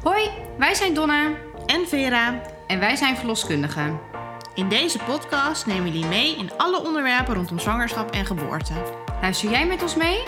Hoi, wij zijn Donna en Vera. en wij zijn verloskundigen. In deze podcast nemen we jullie mee in alle onderwerpen rondom zwangerschap en geboorte. Luister jij met ons mee?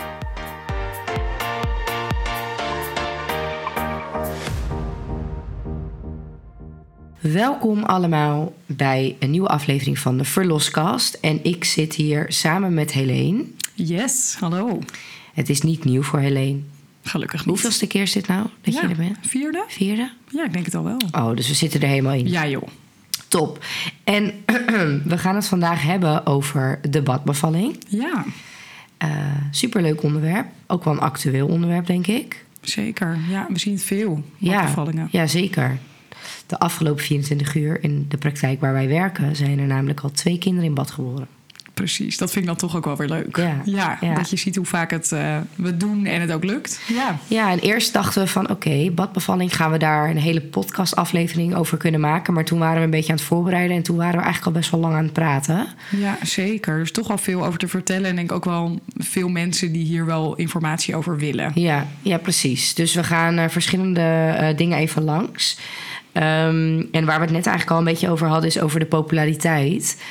Welkom allemaal bij een nieuwe aflevering van de Verloscast. En ik zit hier samen met Helene. Yes, hallo. Het is niet nieuw voor Helene. Gelukkig niet. Hoeveelste keer is dit nou dat je er bent? Vierde? 4e? Ja, ik denk het al wel. Oh, dus we zitten er helemaal in. Ja joh. Top. En we gaan het vandaag hebben over de badbevalling. Ja, Superleuk onderwerp. Ook wel een actueel onderwerp, denk ik. zeker. Ja, we zien het veel. Bevallingen. Ja, zeker. De afgelopen 24 uur in de praktijk waar wij werken zijn er namelijk al 2 kinderen in bad geboren. Precies, dat vind ik dan toch ook wel weer leuk. Ja. Dat je ziet hoe vaak we doen en het ook lukt. Ja, en eerst dachten we van oké, badbevalling, gaan we daar een hele podcastaflevering over kunnen maken. Maar toen waren we een beetje aan het voorbereiden en toen waren we eigenlijk al best wel lang aan het praten. Ja, zeker. Er is toch wel veel over te vertellen en ik denk ook wel veel mensen die hier wel informatie over willen. Ja, precies. Dus we gaan verschillende dingen even langs. En waar we het net eigenlijk al een beetje over hadden is over de populariteit.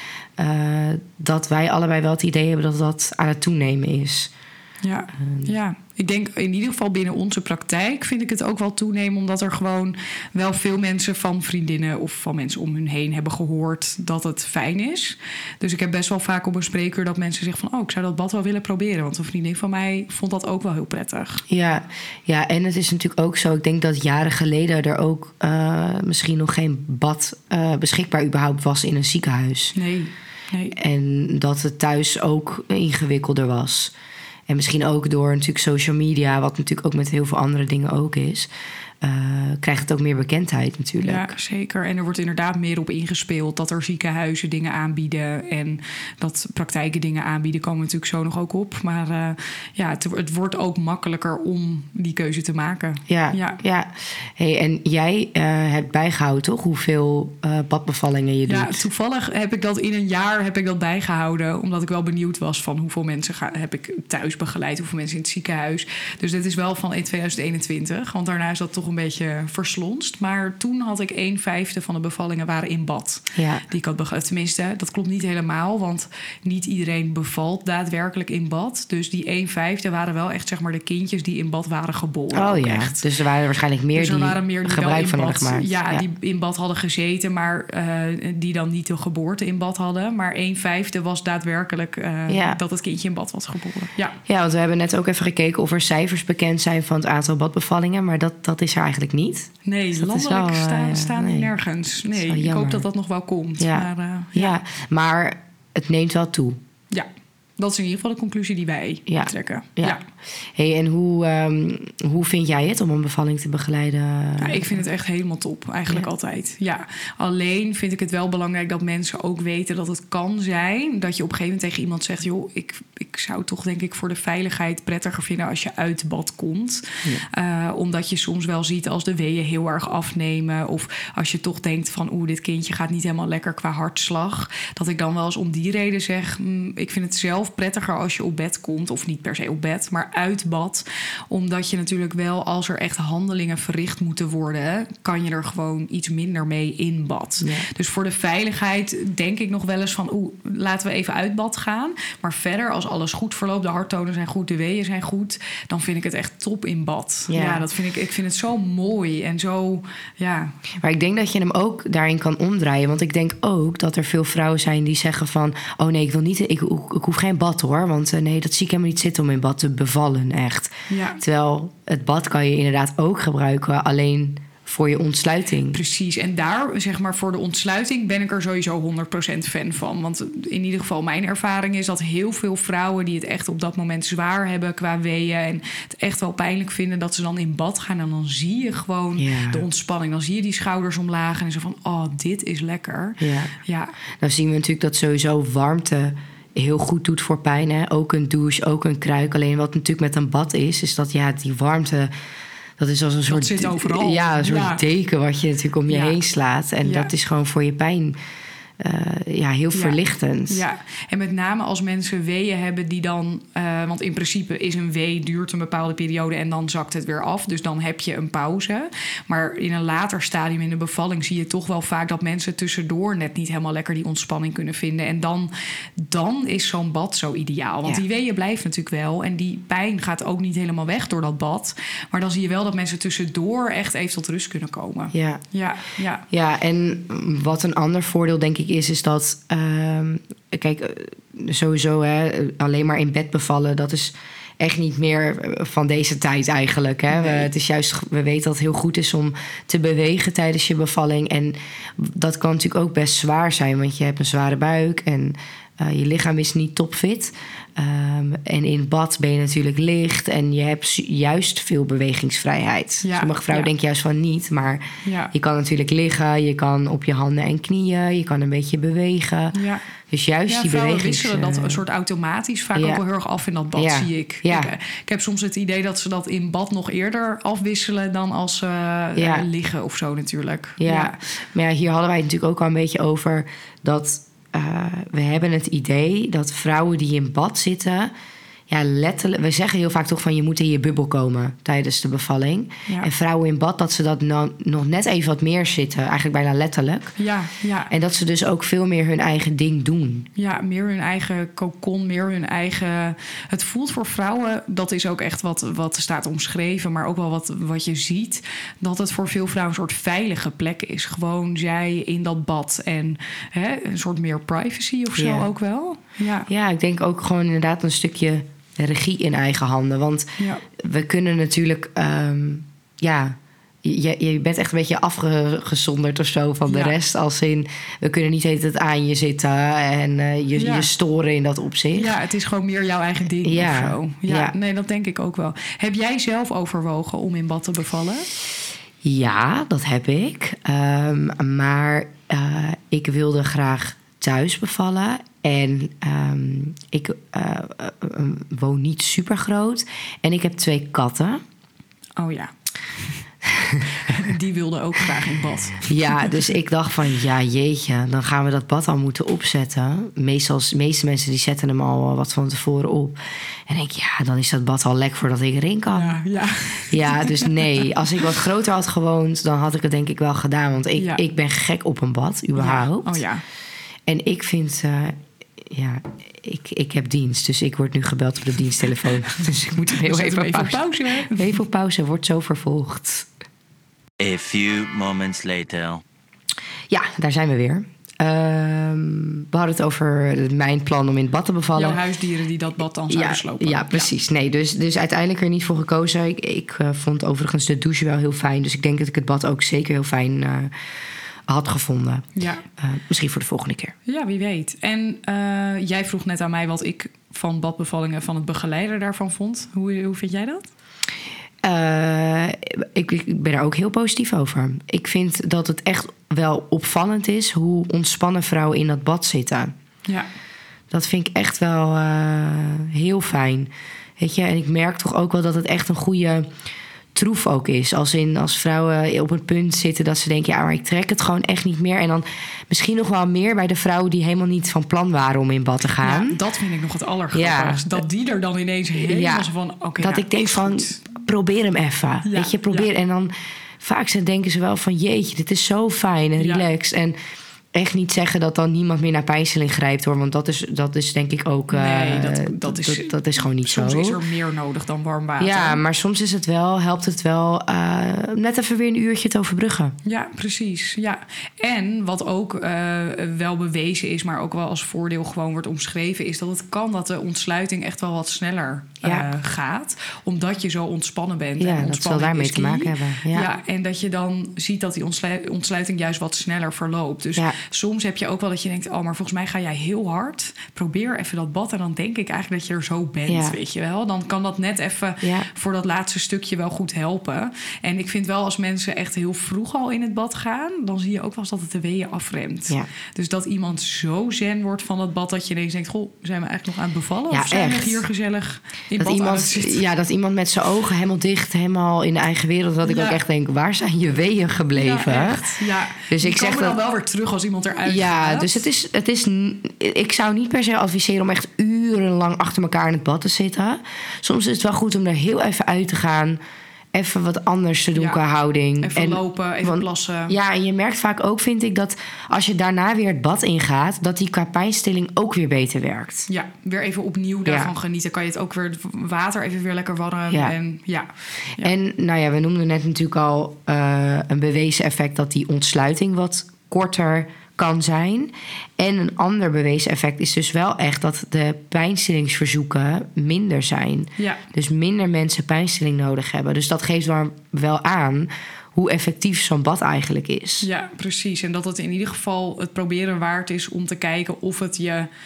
Dat wij allebei wel het idee hebben dat dat aan het toenemen is. Ja, ik denk in ieder geval binnen onze praktijk vind ik het ook wel toenemen, omdat er gewoon wel veel mensen van vriendinnen of van mensen om hun heen hebben gehoord dat het fijn is. Dus ik heb best wel vaak op een spreekuur dat mensen zeggen van ik zou dat bad wel willen proberen, want een vriendin van mij vond dat ook wel heel prettig. Ja, en het is natuurlijk ook zo, ik denk dat jaren geleden er ook misschien nog geen bad beschikbaar überhaupt was in een ziekenhuis. Nee. En dat het thuis ook ingewikkelder was. En misschien ook door natuurlijk social media, wat natuurlijk ook met heel veel andere dingen ook is, krijgt het ook meer bekendheid natuurlijk. Ja, zeker. En er wordt inderdaad meer op ingespeeld dat er ziekenhuizen dingen aanbieden en dat praktijken dingen aanbieden, komen we natuurlijk zo nog ook op. Maar het wordt ook makkelijker om die keuze te maken. Ja. Hey, en jij hebt bijgehouden, toch? Hoeveel badbevallingen je doet? Ja, toevallig heb ik dat in een jaar bijgehouden, omdat ik wel benieuwd was van hoeveel mensen heb ik thuis begeleid, hoeveel mensen in het ziekenhuis. Dus dit is wel van 2021, want daarna is dat toch een beetje verslonst. Maar toen had ik 1/5 van de bevallingen waren in bad. Ja. Die ik had begeleid. Tenminste, dat klopt niet helemaal, want niet iedereen bevalt daadwerkelijk in bad. Dus die 1/5 waren wel echt zeg maar de kindjes die in bad waren geboren. Oh ja, echt. Dus er waren waarschijnlijk meer die gebruik van hadden gemaakt. Ja, die in bad hadden gezeten, maar die dan niet de geboorte in bad hadden. Maar 1/5 was daadwerkelijk dat het kindje in bad was geboren. Ja, want we hebben net ook even gekeken of er cijfers bekend zijn van het aantal badbevallingen. Maar dat is er eigenlijk niet. Nee, dus landelijk staan die nergens. Nee, ik hoop dat dat nog wel komt. Maar het neemt wel toe. Ja, dat is in ieder geval de conclusie die wij trekken. Ja. Hey, en hoe vind jij het om een bevalling te begeleiden? Ja, ik vind het echt helemaal top, eigenlijk altijd. Ja. Alleen vind ik het wel belangrijk dat mensen ook weten dat het kan zijn dat je op een gegeven moment tegen iemand zegt, joh, ik zou toch denk ik voor de veiligheid prettiger vinden als je uit bad komt. Ja. Omdat je soms wel ziet als de weeën heel erg afnemen, of als je toch denkt van dit kindje gaat niet helemaal lekker qua hartslag, dat ik dan wel eens om die reden zeg, ik vind het zelf prettiger als je op bed komt, of niet per se op bed, maar uit bad. Omdat je natuurlijk wel, als er echt handelingen verricht moeten worden, kan je er gewoon iets minder mee in bad. Ja. Dus voor de veiligheid denk ik nog wel eens van, laten we even uit bad gaan. Maar verder, als alles goed verloopt, de harttonen zijn goed, de weeën zijn goed, dan vind ik het echt top in bad. Ja, dat vind ik vind het zo mooi en zo, ja. Maar ik denk dat je hem ook daarin kan omdraaien. Want ik denk ook dat er veel vrouwen zijn die zeggen van, nee, ik wil niet, ik hoef geen bad hoor. Want nee, dat zie ik helemaal niet zitten om in bad te bevallen, echt. Ja. Terwijl het bad kan je inderdaad ook gebruiken, alleen voor je ontsluiting. Precies, en daar, zeg maar, voor de ontsluiting ben ik er sowieso 100% fan van. Want in ieder geval mijn ervaring is dat heel veel vrouwen die het echt op dat moment zwaar hebben qua weeën en het echt wel pijnlijk vinden, dat ze dan in bad gaan en dan zie je gewoon de ontspanning. Dan zie je die schouders omlaag en zo van, dit is lekker. Ja. Dan zien we natuurlijk dat sowieso warmte heel goed doet voor pijn. Hè? Ook een douche, ook een kruik. Alleen wat natuurlijk met een bad is dat die warmte, dat is als een soort, zit overal. Ja, een soort deken wat je natuurlijk om je heen slaat. En dat is gewoon voor je pijn heel verlichtend. Ja, en met name als mensen weeën hebben die dan... want in principe is een wee duurt een bepaalde periode en dan zakt het weer af. Dus dan heb je een pauze. Maar in een later stadium in de bevalling zie je toch wel vaak dat mensen tussendoor net niet helemaal lekker die ontspanning kunnen vinden. En dan is zo'n bad zo ideaal. Want die weeën blijven natuurlijk wel. En die pijn gaat ook niet helemaal weg door dat bad. Maar dan zie je wel dat mensen tussendoor echt even tot rust kunnen komen. Ja, en wat een ander voordeel denk ik is dat... kijk, sowieso alleen maar in bed bevallen... dat is echt niet meer van deze tijd eigenlijk. Hè? Nee. Het is juist, we weten dat het heel goed is om te bewegen tijdens je bevalling. En dat kan natuurlijk ook best zwaar zijn... want je hebt een zware buik en je lichaam is niet topfit... en in het bad ben je natuurlijk licht en je hebt juist veel bewegingsvrijheid. Ja, Sommige vrouwen denken juist van niet, maar je kan natuurlijk liggen, je kan op je handen en knieën, je kan een beetje bewegen. Ja. Dus juist die bewegings... wisselen dat een soort automatisch vaak ook wel heel erg af in dat bad, zie ik. Ja. Ik heb soms het idee dat ze dat in bad nog eerder afwisselen dan als ze liggen of zo natuurlijk. Ja, maar hier hadden wij het natuurlijk ook al een beetje over dat... we hebben het idee dat vrouwen die in bad zitten... letterlijk... We zeggen heel vaak toch van... je moet in je bubbel komen tijdens de bevalling. Ja. En vrouwen in bad, dat ze dat nog net even wat meer zitten. Eigenlijk bijna letterlijk. Ja. En dat ze dus ook veel meer hun eigen ding doen. Ja, meer hun eigen cocon, meer hun eigen... Het voelt voor vrouwen, dat is ook echt wat er staat omschreven... maar ook wel wat je ziet... dat het voor veel vrouwen een soort veilige plek is. Gewoon zij in dat bad. En een soort meer privacy of zo ook wel. Ja, ik denk ook gewoon inderdaad een stukje... regie in eigen handen. Want we kunnen natuurlijk... je bent echt een beetje afgezonderd of zo van de rest. Als in, we kunnen niet het aan je zitten... en je storen in dat opzicht. Ja, het is gewoon meer jouw eigen ding of zo. Ja, nee, dat denk ik ook wel. Heb jij zelf overwogen om in bad te bevallen? Ja, dat heb ik. Maar ik wilde graag thuis bevallen... En ik woon niet super groot. En ik heb 2 katten. Oh ja. Die wilden ook graag in bad. Ja, dus ik dacht van, jeetje, dan gaan we dat bad al moeten opzetten. De meeste mensen die zetten hem al wat van tevoren op. En denk ik, dan is dat bad al lek voordat ik erin kan. Ja, dus nee. Als ik wat groter had gewoond, dan had ik het denk ik wel gedaan. Want ik ben gek op een bad, überhaupt. Ja. Oh ja. En ik vind... ik heb dienst, dus ik word nu gebeld op de diensttelefoon. Dus ik moet heel even op pauze. Even op pauze, wordt zo vervolgd. A few moments later. Ja, daar zijn we weer. We hadden het over mijn plan om in het bad te bevallen. Jouw huisdieren die dat bad dan zouden slopen. Ja, precies. Ja. Nee, dus uiteindelijk er niet voor gekozen. Ik vond overigens de douche wel heel fijn. Dus ik denk dat ik het bad ook zeker heel fijn... had gevonden. Ja. Misschien voor de volgende keer. Ja, wie weet. En jij vroeg net aan mij wat ik van badbevallingen van het begeleider daarvan vond. Hoe vind jij dat? Ik ben er ook heel positief over. Ik vind dat het echt wel opvallend is... hoe ontspannen vrouwen in dat bad zitten. Ja. Dat vind ik echt wel heel fijn. Weet je, en ik merk toch ook wel dat het echt een goede... troef ook is. Als vrouwen op het punt zitten dat ze denken... maar ik trek het gewoon echt niet meer. En dan misschien nog wel meer bij de vrouwen... die helemaal niet van plan waren om in bad te gaan. Ja, dat vind ik nog het allergrappigste. Dat die er dan ineens helemaal van... dat ik denk van, probeer hem even. Ja, weet je, probeer. En dan vaak denken ze wel van... jeetje, dit is zo fijn en relaxed. En echt niet zeggen dat dan niemand meer naar pijnstilling grijpt, hoor. Want dat is denk ik ook... Nee, dat is gewoon niet soms zo. Soms is er meer nodig dan warm water. Ja, maar soms helpt het wel net even weer een uurtje te overbruggen. Ja, precies. Ja. En wat ook wel bewezen is, maar ook wel als voordeel gewoon wordt omschreven, is dat het kan dat de ontsluiting echt wel wat sneller gaat. Omdat je zo ontspannen bent. Ja, en dat zal daarmee te maken hebben. Ja, en dat je dan ziet dat die ontsluiting juist wat sneller verloopt. Dus soms heb je ook wel dat je denkt, oh, maar volgens mij ga jij heel hard. Probeer even dat bad en dan denk ik eigenlijk dat je er zo bent, weet je wel. Dan kan dat net even voor dat laatste stukje wel goed helpen. En ik vind wel, als mensen echt heel vroeg al in het bad gaan, dan zie je ook wel eens dat het de weeën afremt. Ja. Dus dat iemand zo zen wordt van het bad dat je ineens denkt, goh, zijn we eigenlijk nog aan het bevallen? Ja, of zijn echt. we hier gezellig Dat iemand met zijn ogen helemaal dicht, helemaal in de eigen wereld, dat ik ook echt denk, waar zijn je weeën gebleven? Ja, echt. Ja. Dus die ik zeg komen dan wel weer terug als iemand eruit gaat. Dus het is. Ik zou niet per se adviseren om echt urenlang achter elkaar in het bad te zitten. Soms is het wel goed om er heel even uit te gaan. Even wat anders te doen qua houding. Even lopen, even plassen. Ja, en je merkt vaak ook, vind ik, dat als je daarna weer het bad ingaat, dat die qua pijnstilling ook weer beter werkt. Ja, weer even opnieuw daarvan genieten. Kan je het ook weer water even weer lekker warm. Ja. En nou ja, we noemden net natuurlijk al een bewezen effect dat die ontsluiting wat korter kan zijn. En een ander bewezen effect is dus wel echt dat de pijnstillingsverzoeken minder zijn. Ja. Dus minder mensen pijnstilling nodig hebben. Dus dat geeft wel aan hoe effectief zo'n bad eigenlijk is. Ja, precies. En dat het in ieder geval het proberen waard is om te kijken of het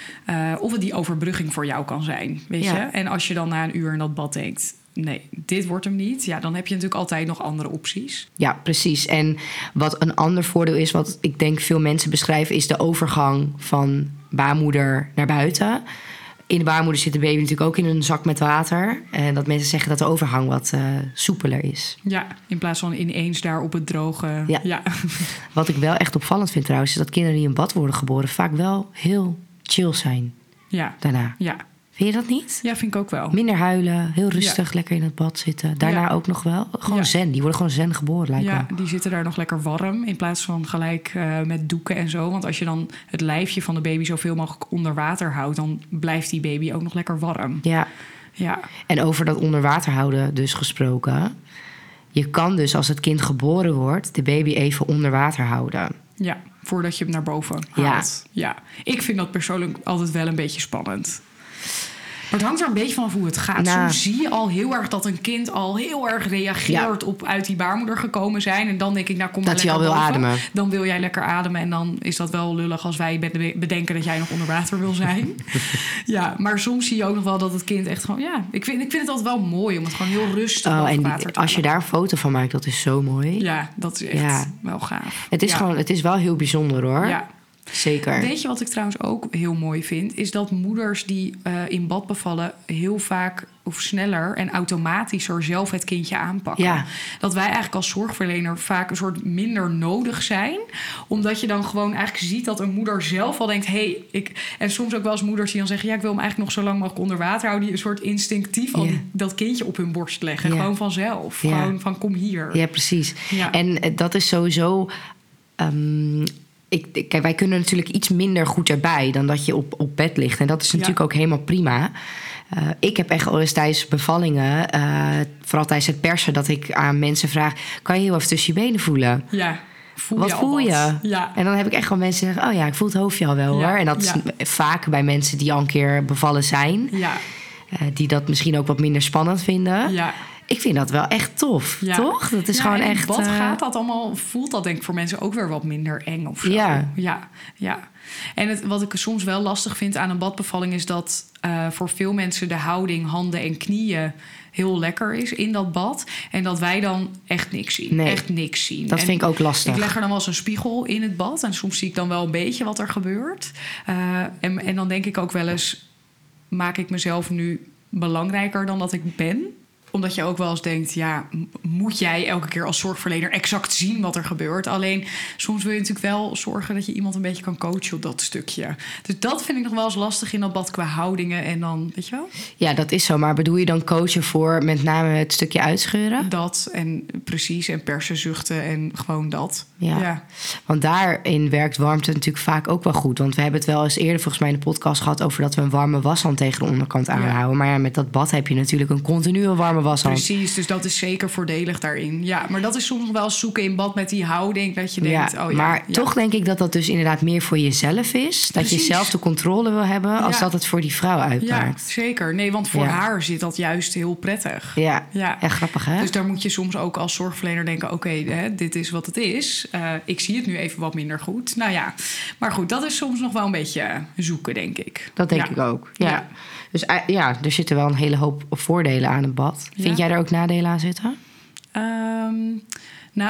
die overbrugging voor jou kan zijn. Weet je? En als je dan na een uur in dat bad denkt, nee, dit wordt hem niet. Ja, dan heb je natuurlijk altijd nog andere opties. Ja, precies. En wat een ander voordeel is, wat ik denk veel mensen beschrijven, is de overgang van baarmoeder naar buiten. In de baarmoeder zit de baby natuurlijk ook in een zak met water. En dat mensen zeggen dat de overgang wat soepeler is. Ja, in plaats van ineens daar op het droge. Ja. Wat ik wel echt opvallend vind trouwens, is dat kinderen die in bad worden geboren vaak wel heel chill zijn. Ja. Daarna. Ja. Vind je dat niet? Ja, vind ik ook wel. Minder huilen, heel rustig, lekker in het bad zitten. Daarna ook nog wel. Gewoon zen. Die worden gewoon zen geboren, lijkt me. Ja, die zitten daar nog lekker warm. In plaats van gelijk met doeken en zo. Want als je dan het lijfje van de baby zoveel mogelijk onder water houdt, dan blijft die baby ook nog lekker warm. Ja. En over dat onder water houden dus gesproken. Je kan dus als het kind geboren wordt, de baby even onder water houden. Ja, voordat je hem naar boven haalt. Ja. Ik vind dat persoonlijk altijd wel een beetje spannend. Maar het hangt er een beetje van hoe het gaat. Soms zie je al heel erg dat een kind al heel erg reageert op uit die baarmoeder gekomen zijn. En dan denk ik, kom maar lekker hij al wil ademen. Dan wil jij lekker ademen. En dan is dat wel lullig als wij bedenken dat jij nog onder water wil zijn. Ja, maar soms zie je ook nog wel dat het kind echt gewoon... Ja, ik vind het altijd wel mooi om het gewoon heel rustig boven water te als je daar een foto van maakt, dat is zo mooi. Ja, dat is echt wel gaaf. Het is wel heel bijzonder, hoor. Ja. Zeker. Weet je wat ik trouwens ook heel mooi vind? Is dat moeders die in bad bevallen heel vaak of sneller en automatischer zelf het kindje aanpakken. Ja. Dat wij eigenlijk als zorgverlener vaak een soort minder nodig zijn. Omdat je dan gewoon eigenlijk ziet dat een moeder zelf al denkt... En soms ook wel eens moeders die dan zeggen... ik wil hem eigenlijk nog zo lang mogelijk onder water houden. Die een soort instinctief al dat kindje op hun borst leggen. Gewoon vanzelf. Gewoon van kom hier. Ja, precies. Ja. En dat is sowieso... Kijk, wij kunnen natuurlijk iets minder goed erbij dan dat je op bed ligt. En dat is natuurlijk ook helemaal prima. Ik heb echt al eens tijdens bevallingen, vooral tijdens het persen, dat ik aan mensen vraag: kan je heel even tussen je benen voelen? Ja. Wat voel je? Ja. En dan heb ik echt gewoon mensen die zeggen: oh ja, ik voel het hoofdje al wel, hoor. En dat is vaak bij mensen die al een keer bevallen zijn. Ja. Die dat misschien ook wat minder spannend vinden. Ja. Ik vind dat wel echt tof, toch? Dat is gewoon echt... Wat gaat dat allemaal... Voelt dat denk ik voor mensen ook weer wat minder eng of zo. Ja. En wat ik soms wel lastig vind aan een badbevalling... is dat voor veel mensen de houding, handen en knieën... heel lekker is in dat bad. En dat wij dan echt niks zien. Nee, echt niks zien. Dat vind ik ook lastig. Ik leg er dan wel eens een spiegel in het bad. En soms zie ik dan wel een beetje wat er gebeurt. En dan denk ik ook wel eens... maak ik mezelf nu belangrijker dan dat ik ben? Omdat je ook wel eens denkt, moet jij elke keer als zorgverlener exact zien wat er gebeurt? Alleen, soms wil je natuurlijk wel zorgen dat je iemand een beetje kan coachen op dat stukje. Dus dat vind ik nog wel eens lastig in dat bad qua houdingen en dan, weet je wel? Ja, dat is zo. Maar bedoel je dan coachen voor met name het stukje uitscheuren? Dat en precies, en persen, zuchten en gewoon dat. Ja. Want daarin werkt warmte natuurlijk vaak ook wel goed. Want we hebben het wel eens eerder volgens mij in de podcast gehad over dat we een warme washand tegen de onderkant aanhouden. Maar met dat bad heb je natuurlijk een continue warme washand. Precies, dus dat is zeker voordelig daarin. Ja, maar dat is soms nog wel zoeken in bad met die houding. Dat je denkt, maar toch denk ik dat dat dus inderdaad meer voor jezelf is. Dat je zelf de controle wil hebben als dat het voor die vrouw uitmaakt. Ja, zeker. Nee, want voor haar zit dat juist heel prettig. Ja, echt grappig, hè? Dus daar moet je soms ook als zorgverlener denken... oké, dit is wat het is. Ik zie het nu even wat minder goed. Nou ja, maar goed, dat is soms nog wel een beetje zoeken, denk ik. Dat denk ik ook, ja. Dus er zitten wel een hele hoop voordelen aan het bad. Vind jij er ook nadelen aan zitten? Nou,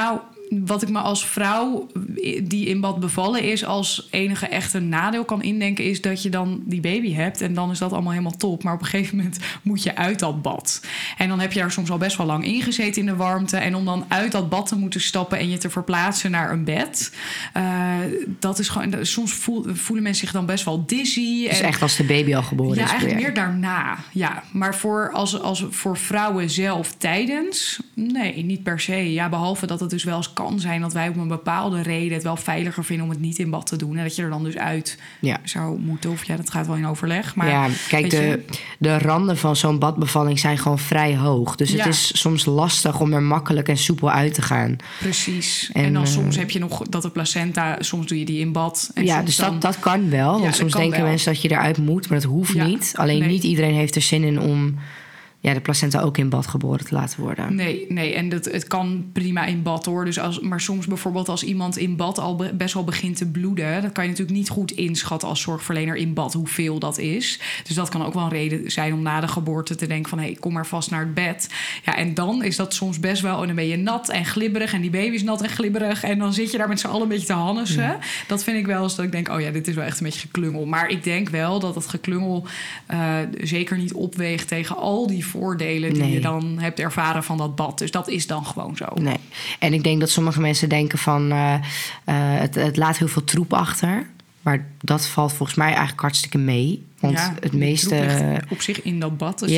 wat ik me als vrouw die in bad bevallen is... als enige echte nadeel kan indenken... is dat je dan die baby hebt en dan is dat allemaal helemaal top. Maar op een gegeven moment moet je uit dat bad. En dan heb je daar soms al best wel lang ingezeten in de warmte. En om dan uit dat bad te moeten stappen... en je te verplaatsen naar een bed... dat is gewoon... Soms voelen mensen zich dan best wel dizzy. Dus echt als de baby al geboren is? Ja, eigenlijk meer daarna. Ja, maar voor vrouwen zelf tijdens... Nee, niet per se. Ja, behalve dat het dus wel eens kan zijn... dat wij op een bepaalde reden het wel veiliger vinden... om het niet in bad te doen. En dat je er dan dus uit zou moeten. Of dat gaat wel in overleg. Maar, ja, kijk, de randen van zo'n badbevalling zijn gewoon vrij hoog. Dus het is soms lastig om er makkelijk en soepel uit te gaan. Precies. En dan soms heb je nog dat de placenta... Soms doe je die in bad. En ja, dus dat kan wel. Want soms denken mensen dat je eruit moet. Maar dat hoeft niet. Alleen niet iedereen heeft er zin in om... de placenta ook in bad geboren te laten worden. Nee. En het kan prima in bad, hoor. Dus maar soms bijvoorbeeld als iemand in bad al best wel begint te bloeden... dan kan je natuurlijk niet goed inschatten als zorgverlener in bad hoeveel dat is. Dus dat kan ook wel een reden zijn om na de geboorte te denken van... hé, kom maar vast naar het bed. Ja, en dan is dat soms best wel... en dan ben je nat en glibberig en die baby is nat en glibberig... en dan zit je daar met z'n allen een beetje te hannessen. Ja. Dat vind ik wel eens dat ik denk... oh ja, dit is wel echt een beetje geklungel. Maar ik denk wel dat het geklungel zeker niet opweegt tegen al die voordelen die je dan hebt ervaren van dat bad. Dus dat is dan gewoon zo. Nee. En ik denk dat sommige mensen denken van... het laat heel veel troep achter. Maar dat valt volgens mij eigenlijk hartstikke mee. Want het meeste... op zich in dat bad. Dus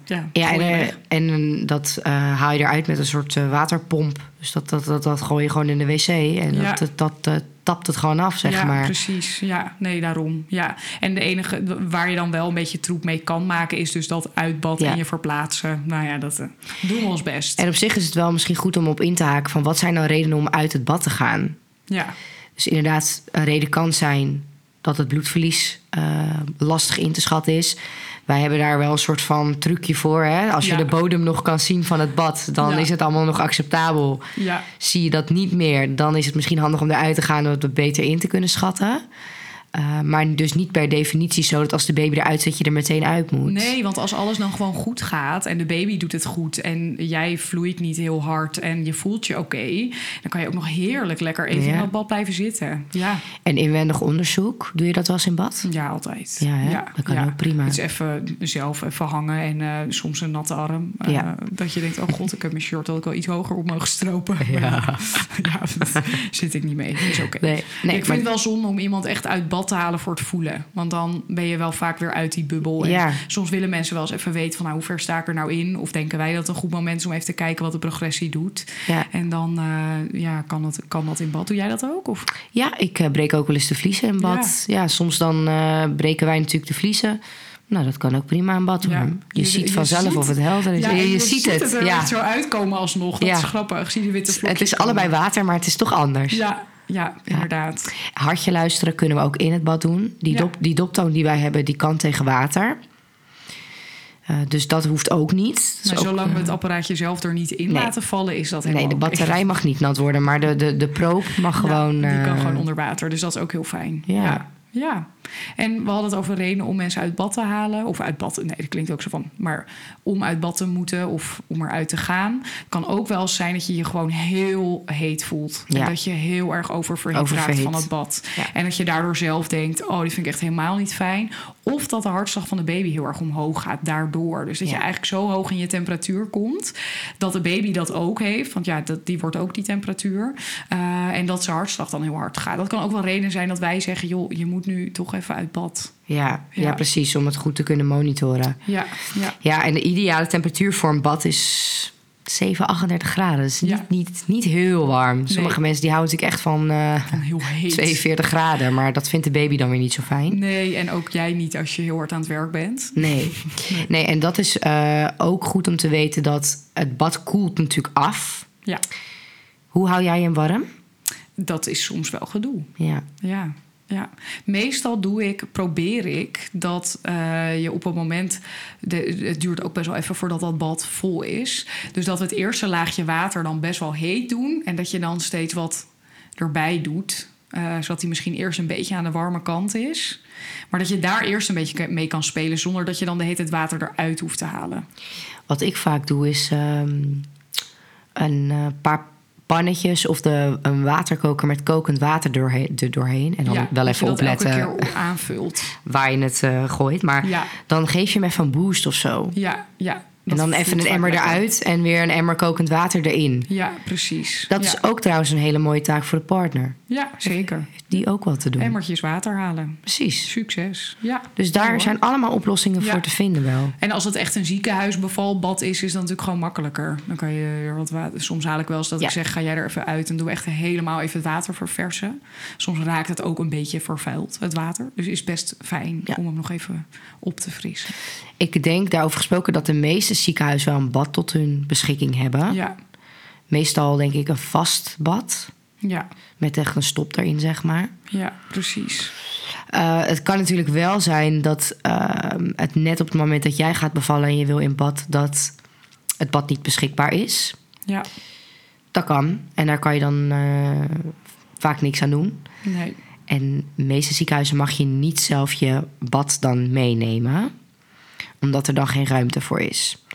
en dat haal je eruit met een soort waterpomp. Dus dat gooi je gewoon in de wc. En dat tapt het gewoon af, zeg maar. Ja, precies. Ja, nee, daarom. Ja. En de enige waar je dan wel een beetje troep mee kan maken... is dus dat uitbad en je verplaatsen. Nou ja, dat doen we ons best. En op zich is het wel misschien goed om op in te haken... van wat zijn nou redenen om uit het bad te gaan? Ja. Dus inderdaad, een reden kan zijn dat het bloedverlies lastig in te schatten is. Wij hebben daar wel een soort van trucje voor. Hè? Als je de bodem nog kan zien van het bad, dan is het allemaal nog acceptabel. Ja. Zie je dat niet meer, dan is het misschien handig om eruit te gaan... om het beter in te kunnen schatten. Maar dus niet per definitie zo dat als de baby eruit zit... je er meteen uit moet. Nee, want als alles dan gewoon goed gaat... en de baby doet het goed en jij vloeit niet heel hard... en je voelt je oké... dan kan je ook nog heerlijk lekker even in dat bad blijven zitten. Ja. En inwendig onderzoek, doe je dat wel eens in bad? Ja, altijd. Ja, dat kan ook prima. Dus zelf even hangen en soms een natte arm. Dat je denkt, oh god, ik heb mijn shirt... had ik wel iets hoger op mogen stropen. Ja, daar zit ik niet mee. Dat is oké. Nee, ik vind het wel zonde om iemand echt uit bad te halen voor het voelen. Want dan ben je wel vaak weer uit die bubbel. En soms willen mensen wel eens even weten van... hoe ver sta ik er nou in? Of denken wij dat het een goed moment is om even te kijken... wat de progressie doet. Ja. En dan kan dat in bad. Doe jij dat ook? Of? Ja, ik breek ook wel eens de vliezen in bad. Ja, soms dan breken wij natuurlijk de vliezen. Nou, dat kan ook prima in bad. Ja. Je ziet vanzelf of het helder is. Je ziet het. Er echt zo uitkomen alsnog. Dat is grappig. Zie die witte vlokjes. Het is allebei water, maar het is toch anders. Ja, inderdaad. Hartje luisteren kunnen we ook in het bad doen. Die doptoon die wij hebben, die kan tegen water. Dus dat hoeft ook niet. Maar zolang we het apparaatje zelf er niet in laten vallen, is dat helemaal de batterij mag niet nat worden, maar de proop mag gewoon... Die kan gewoon onder water, dus dat is ook heel fijn. Ja. En we hadden het over redenen om mensen uit bad te halen. Of uit bad, nee, dat klinkt ook zo van... maar om uit bad te moeten of om eruit te gaan... kan ook wel eens zijn dat je je gewoon heel heet voelt. Ja. En dat je heel erg oververhit raakt van het bad. Ja. En dat je daardoor zelf denkt... oh, dit vind ik echt helemaal niet fijn. Of dat de hartslag van de baby heel erg omhoog gaat daardoor. Dus dat je eigenlijk zo hoog in je temperatuur komt... dat de baby dat ook heeft. Want die wordt ook die temperatuur. En dat zijn hartslag dan heel hard gaat. Dat kan ook wel reden zijn dat wij zeggen... joh, je moet nu toch even uit bad. Ja, precies, om het goed te kunnen monitoren. Ja, en de ideale temperatuur voor een bad is 7, 38 graden. Dus niet heel warm. Sommige mensen die houden natuurlijk echt van heel heet. 42 graden. Maar dat vindt de baby dan weer niet zo fijn. Nee, en ook jij niet als je heel hard aan het werk bent. Nee, en dat is ook goed om te weten dat het bad koelt natuurlijk af. Ja. Hoe hou jij hem warm? Dat is soms wel gedoe. Ja. Meestal probeer ik dat je op het moment... het duurt ook best wel even voordat dat bad vol is. Dus dat we het eerste laagje water dan best wel heet doen... en dat je dan steeds wat erbij doet... zodat hij misschien eerst een beetje aan de warme kant is. Maar dat je daar eerst een beetje mee kan spelen... zonder dat je dan de hele tijd water eruit hoeft te halen. Wat ik vaak doe is een paar pannetjes of een waterkoker met kokend water doorheen. En dan wel even opletten elke keer aanvult. Waar je het gooit. Maar dan geef je hem even een boost of zo. Ja. En dan even een emmer eruit en weer een emmer kokend water erin. Ja, precies. Dat is ook trouwens een hele mooie taak voor de partner. Ja, zeker. Heeft die ook wat te doen. Emmertjes water halen. Precies. Succes. Ja. Dus daar zijn allemaal oplossingen voor te vinden wel. En als het echt een ziekenhuisbevalbad is dat natuurlijk gewoon makkelijker. Dan kan je er wat water... Soms haal ik wel eens dat ik zeg, ga jij er even uit en doe echt helemaal even het water verversen. Soms raakt het ook een beetje vervuild, het water. Dus is best fijn om hem nog even op te frissen. Ik denk daarover gesproken dat de meeste ziekenhuizen wel een bad tot hun beschikking hebben. Ja. Meestal denk ik een vast bad. Ja. Met echt een stop erin, zeg maar. Ja, precies. Het kan natuurlijk wel zijn dat het net op het moment dat jij gaat bevallen en je wil in bad, dat het bad niet beschikbaar is. Ja. Dat kan. En daar kan je dan vaak niks aan doen. Nee. En de meeste ziekenhuizen mag je niet zelf je bad dan meenemen, omdat er dan geen ruimte voor is.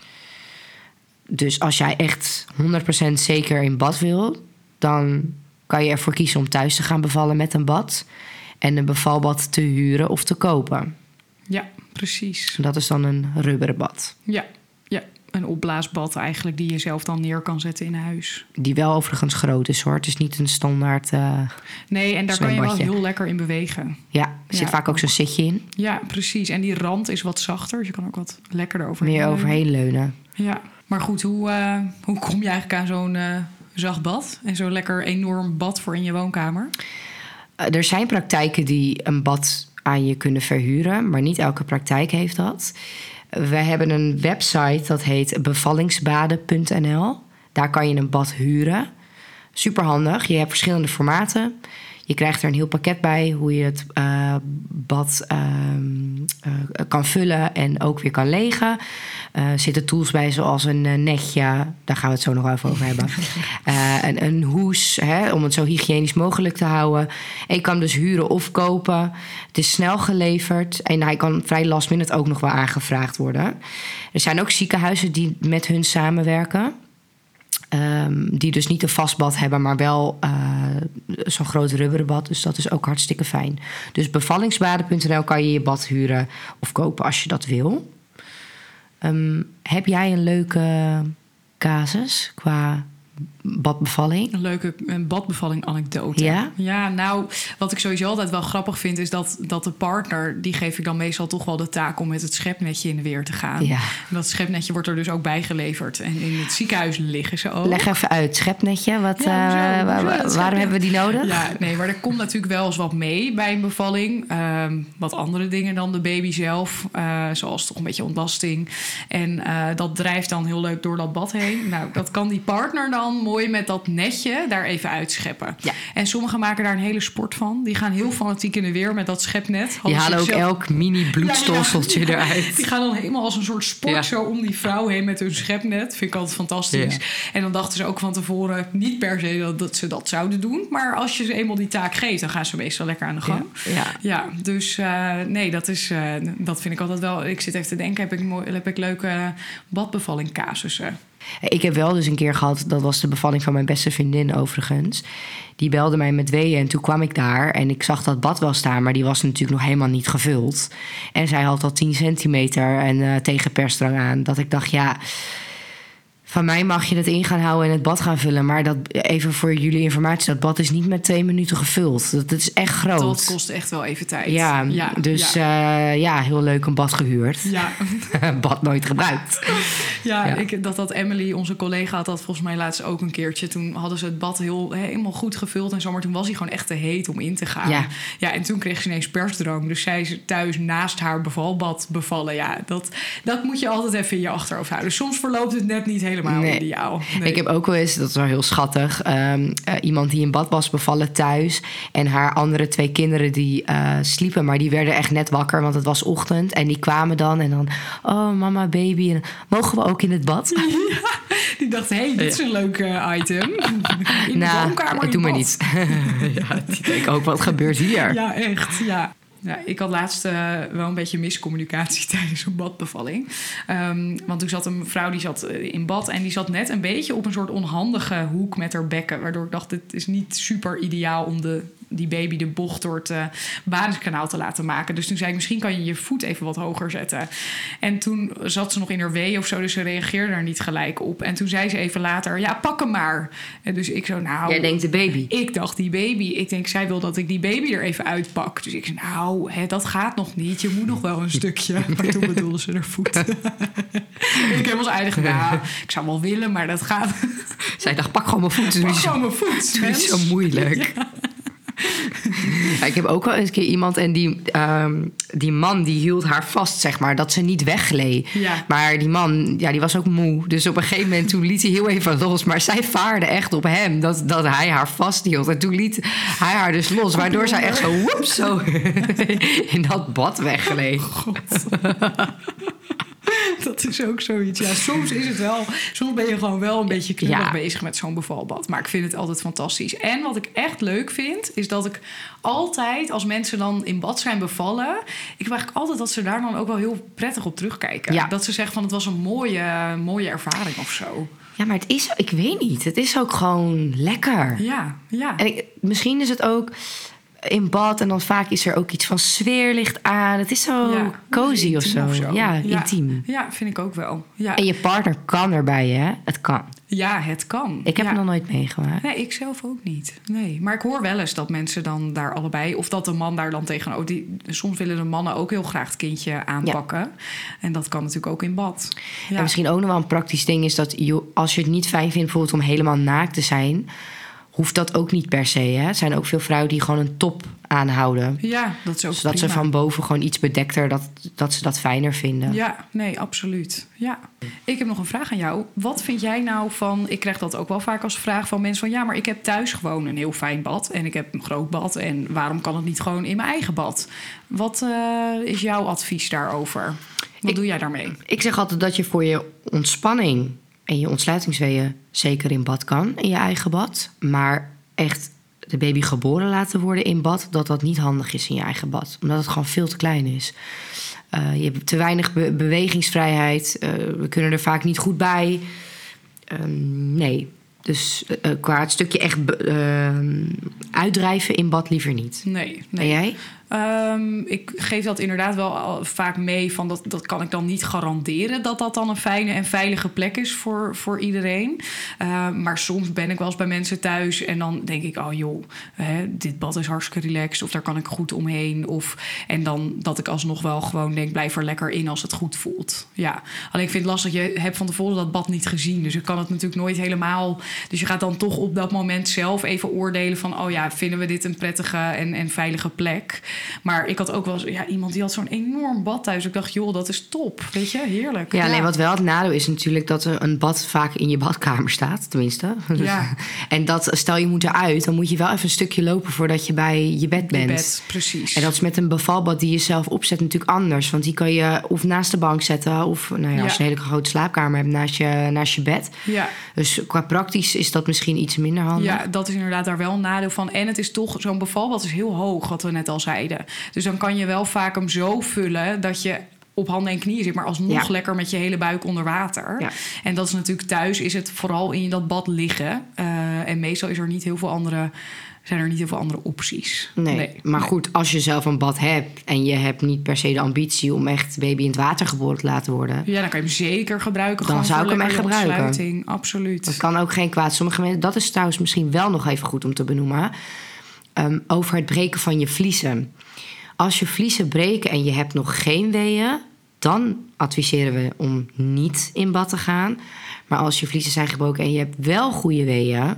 Dus als jij echt 100% zeker in bad wil, dan kan je ervoor kiezen om thuis te gaan bevallen met een bad en een bevalbad te huren of te kopen. Ja, precies. Dat is dan een rubberen bad. Ja, een opblaasbad eigenlijk die je zelf dan neer kan zetten in huis. Die wel overigens groot is hoor. Het is niet een standaard nee, en daar kan je wel heel lekker in bewegen. Ja, er zit vaak ook zo'n zitje in. Ja, precies. En die rand is wat zachter. Dus je kan ook wat lekkerder overheen meer overheen leunen. Ja, maar goed, hoe kom je eigenlijk aan zo'n zacht bad? En zo'n lekker enorm bad voor in je woonkamer? Er zijn praktijken die een bad aan je kunnen verhuren, maar niet elke praktijk heeft dat. We hebben een website dat heet bevallingsbaden.nl. Daar kan je een bad huren. Superhandig. Je hebt verschillende formaten. Je krijgt er een heel pakket bij hoe je het bad kan vullen en ook weer kan legen. Er zitten tools bij zoals een netje. Daar gaan we het zo nog even over hebben. Een hoes, om het zo hygiënisch mogelijk te houden. En je kan hem dus huren of kopen. Het is snel geleverd. En hij kan vrij last minute ook nog wel aangevraagd worden. Er zijn ook ziekenhuizen die met hun samenwerken. Die dus niet een vast bad hebben, maar wel zo'n groot rubberen bad. Dus dat is ook hartstikke fijn. Dus bevallingsbaden.nl kan je je bad huren of kopen als je dat wil. Heb jij een leuke casus qua badbevalling? Een leuke badbevalling anekdote. Ja? Ja, nou, wat ik sowieso altijd wel grappig vind, is dat de partner, die geef ik dan meestal toch wel de taak om met het schepnetje in de weer te gaan. Ja. En dat schepnetje wordt er dus ook bijgeleverd. En in het ziekenhuis liggen ze ook. Leg even uit, schepnetje. Waarom hebben we die nodig? Ja, nee, maar er komt natuurlijk wel eens wat mee bij een bevalling. Wat andere dingen dan de baby zelf. Zoals toch een beetje ontlasting. En dat drijft dan heel leuk door dat bad heen. Nou, dat kan die partner dan mooi met dat netje daar even uitscheppen. Ja. En sommigen maken daar een hele sport van. Die gaan heel fanatiek in de weer met dat schepnet. Die halen ook elk mini bloedstolseltje eruit. Die gaan dan helemaal als een soort sport zo om die vrouw heen met hun schepnet. Vind ik altijd fantastisch. Ja. En dan dachten ze ook van tevoren niet per se dat ze dat zouden doen. Maar als je ze eenmaal die taak geeft, dan gaan ze meestal lekker aan de gang. Ja, dus nee, dat vind ik altijd wel. Ik zit even te denken, heb ik leuke badbevalling casussen. Ik heb wel dus een keer gehad, dat was de bevalling van mijn beste vriendin overigens. Die belde mij met weeën en toen kwam ik daar en ik zag dat bad wel staan, maar die was natuurlijk nog helemaal niet gevuld. En zij had al 10 centimeter en tegen persdrang aan. Dat ik dacht, ja, van mij mag je het in gaan houden en het bad gaan vullen. Maar dat, even voor jullie informatie, dat bad is niet met 2 minuten gevuld. Dat is echt groot. Dat kost echt wel even tijd. Ja, dus heel leuk een bad gehuurd. Ja. Bad nooit gebruikt. Ja. Dat Emily, onze collega, had dat volgens mij laatst ook een keertje. Toen hadden ze het bad helemaal goed gevuld en zo. Maar toen was hij gewoon echt te heet om in te gaan. Ja, en toen kreeg ze ineens persdrang. Dus zij is thuis naast haar bevalbad bevallen. Ja, dat moet je altijd even in je achterhoofd houden. Soms verloopt het net niet helemaal ideaal. Nee. Ik heb ook wel eens, dat is wel heel schattig, iemand die in bad was bevallen thuis. En haar andere 2 kinderen die sliepen, maar die werden echt net wakker, want het was ochtend. En die kwamen dan en dan, oh mama, baby, en mogen we ook in het bad? Ja, die dachten, hey, dit is een leuk item. In de woonkamer. Doe maar niet. Ja, die denken ook, wat gebeurt hier? Ja, echt, ja. Ja, ik had laatst wel een beetje miscommunicatie tijdens een badbevalling. Want toen zat een vrouw die zat in bad en die zat net een beetje op een soort onhandige hoek met haar bekken. Waardoor ik dacht, het is niet super ideaal om die baby de bocht door het basiskanaal te laten maken. Dus toen zei ik, misschien kan je je voet even wat hoger zetten. En toen zat ze nog in haar wee of zo, dus ze reageerde daar niet gelijk op. En toen zei ze even later, ja, pak hem maar. En dus ik zo, nou... Jij denkt de baby. Ik dacht die baby. Ik denk, zij wil dat ik die baby er even uitpak. Dus ik zei, nou, dat gaat nog niet. Je moet nog wel een stukje. Maar toen bedoelde ze haar voet. Ik heb als eindig, nou, ik zou wel willen, maar dat gaat... Zij dacht, pak gewoon mijn voet. Pak gewoon mijn voet. Doe is zo moeilijk. Ja. Ja, ik heb ook wel eens een keer iemand en die man die hield haar vast, zeg maar, dat ze niet weggleed. Ja. Maar die man, ja, die was ook moe. Dus op een gegeven moment toen liet hij heel even los. Maar zij vaarde echt op hem dat hij haar vasthield. En toen liet hij haar dus los. Waardoor zij echt zo, woeps, zo in dat bad weggleed. God. Dat is ook zoiets. Ja, soms is het wel... Soms ben je gewoon wel een beetje knullig bezig met zo'n bevalbad. Maar ik vind het altijd fantastisch. En wat ik echt leuk vind, is dat ik altijd, als mensen dan in bad zijn bevallen... Ik heb eigenlijk altijd dat ze daar dan ook wel heel prettig op terugkijken. Ja. Dat ze zeggen van, het was een mooie ervaring of zo. Ja, maar het is... Ik weet niet. Het is ook gewoon lekker. Ja, ja. En misschien is het ook... in bad en dan vaak is er ook iets van sfeerlicht aan. Het is zo cozy of zo. Ja, intiem. Ja, vind ik ook wel. Ja. En je partner kan erbij, hè? Het kan. Ja, het kan. Ik heb het nog nooit meegemaakt. Nee, ik zelf ook niet. Nee, maar ik hoor wel eens dat mensen dan daar allebei... of dat de man daar dan tegenover... soms willen de mannen ook heel graag het kindje aanpakken. Ja. En dat kan natuurlijk ook in bad. Ja. En misschien ook nog wel een praktisch ding is dat... als je het niet fijn vindt bijvoorbeeld om helemaal naakt te zijn... hoeft dat ook niet per se. Hè? Er zijn ook veel vrouwen die gewoon een top aanhouden. Ja, dat is ook zodat prima. Ze van boven gewoon iets bedekter... dat ze dat fijner vinden. Ja, nee, absoluut. Ja. Ik heb nog een vraag aan jou. Wat vind jij nou van... Ik krijg dat ook wel vaak als vraag van mensen van... ja, maar ik heb thuis gewoon een heel fijn bad... en ik heb een groot bad... en waarom kan het niet gewoon in mijn eigen bad? Wat is jouw advies daarover? Wat doe jij daarmee? Ik zeg altijd dat je voor je ontspanning... en je ontsluitingsweeën zeker in bad kan, in je eigen bad. Maar echt de baby geboren laten worden in bad... dat niet handig is in je eigen bad. Omdat het gewoon veel te klein is. Je hebt te weinig bewegingsvrijheid. We kunnen er vaak niet goed bij. Nee, dus qua het stukje echt uitdrijven in bad liever niet. Nee. En jij? Ik geef dat inderdaad wel vaak mee van dat kan ik dan niet garanderen dat dan een fijne en veilige plek is voor iedereen. Maar soms ben ik wel eens bij mensen thuis en dan denk ik, oh joh, dit bad is hartstikke relaxed of daar kan ik goed omheen. En dan dat ik alsnog wel gewoon denk, blijf er lekker in als het goed voelt. Ja. Alleen ik vind het lastig, je hebt van tevoren dat bad niet gezien. Dus ik kan het natuurlijk nooit helemaal. Dus je gaat dan toch op dat moment zelf even oordelen van, oh ja, vinden we dit een prettige en veilige plek? Maar ik had ook wel iemand die had zo'n enorm bad thuis. Ik dacht, joh, dat is top. Weet je, heerlijk. Ja, nee, wat wel het nadeel is natuurlijk dat een bad vaak in je badkamer staat, tenminste. Ja. En dat, stel je moet eruit, dan moet je wel even een stukje lopen voordat je bij je bed bent. Je bed, precies. En dat is met een bevalbad die je zelf opzet natuurlijk anders. Want die kan je of naast de bank zetten of als je een hele grote slaapkamer hebt naast je bed. Ja. Dus qua praktisch is dat misschien iets minder handig. Ja, dat is inderdaad daar wel een nadeel van. En het is toch, zo'n bevalbad is heel hoog, wat we net al zeiden. Dus dan kan je wel vaak hem zo vullen dat je op handen en knieën zit, maar alsnog lekker met je hele buik onder water. Ja. En dat is natuurlijk thuis, is het vooral in dat bad liggen. En meestal zijn er niet heel veel andere opties. Nee. Maar goed, als je zelf een bad hebt en je hebt niet per se de ambitie om echt baby in het water geboren te laten worden. Ja, dan kan je hem zeker gebruiken. Dan zou ik hem echt gebruiken. Absoluut. Dat kan ook geen kwaad. Sommige mensen, dat is trouwens misschien wel nog even goed om te benoemen. Over het breken van je vliezen. Als je vliezen breken en je hebt nog geen weeën, dan adviseren we om niet in bad te gaan. Maar als je vliezen zijn gebroken en je hebt wel goede weeën,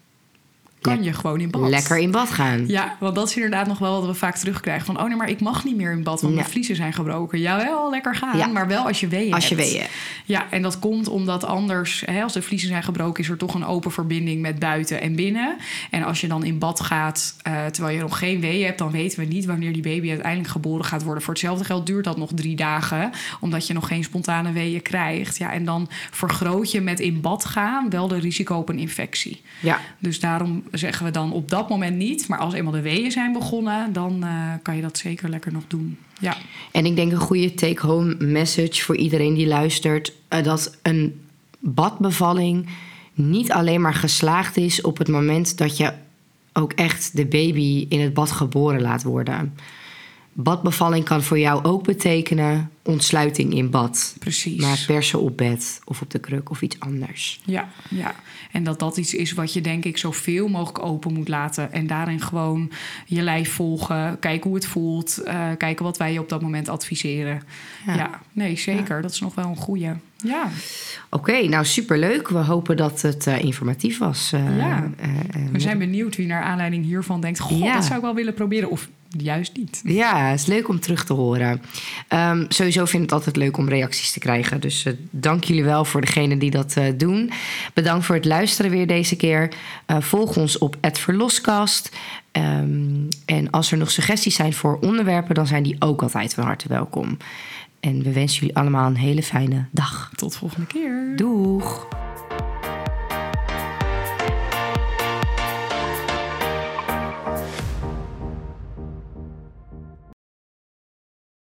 kan je gewoon in bad. Lekker in bad gaan. Ja, want dat is inderdaad nog wel wat we vaak terugkrijgen. Van, oh nee, maar ik mag niet meer in bad, want mijn vliezen zijn gebroken. Jawel, lekker gaan, maar wel als je weeën hebt. Als je weeën. Ja, en dat komt omdat anders, als de vliezen zijn gebroken, is er toch een open verbinding met buiten en binnen. En als je dan in bad gaat, terwijl je nog geen weeën hebt, dan weten we niet wanneer die baby uiteindelijk geboren gaat worden. Voor hetzelfde geld duurt dat nog 3 dagen, omdat je nog geen spontane weeën krijgt. Ja, en dan vergroot je met in bad gaan wel de risico op een infectie. Ja. Dus daarom zeggen we dan op dat moment niet. Maar als eenmaal de weeën zijn begonnen, dan kan je dat zeker lekker nog doen. Ja. En ik denk een goede take-home message voor iedereen die luistert, dat een badbevalling niet alleen maar geslaagd is op het moment dat je ook echt de baby in het bad geboren laat worden. Badbevalling kan voor jou ook betekenen ontsluiting in bad. Precies. Maar persen op bed of op de kruk of iets anders. Ja. En dat iets is wat je denk ik zoveel mogelijk open moet laten. En daarin gewoon je lijf volgen. Kijken hoe het voelt. Kijken wat wij je op dat moment adviseren. Ja, nee, zeker. Ja. Dat is nog wel een goeie. Ja. Oké, nou superleuk. We hopen dat het informatief was. We zijn benieuwd wie naar aanleiding hiervan denkt... God, dat zou ik wel willen proberen. Of juist niet. Ja, het is leuk om terug te horen. Sowieso vind ik het altijd leuk om reacties te krijgen. Dus dank jullie wel voor degenen die dat doen. Bedankt voor het luisteren weer deze keer. Volg ons op @verloskast. En als er nog suggesties zijn voor onderwerpen, dan zijn die ook altijd van harte welkom. En we wensen jullie allemaal een hele fijne dag. Tot volgende keer. Doeg!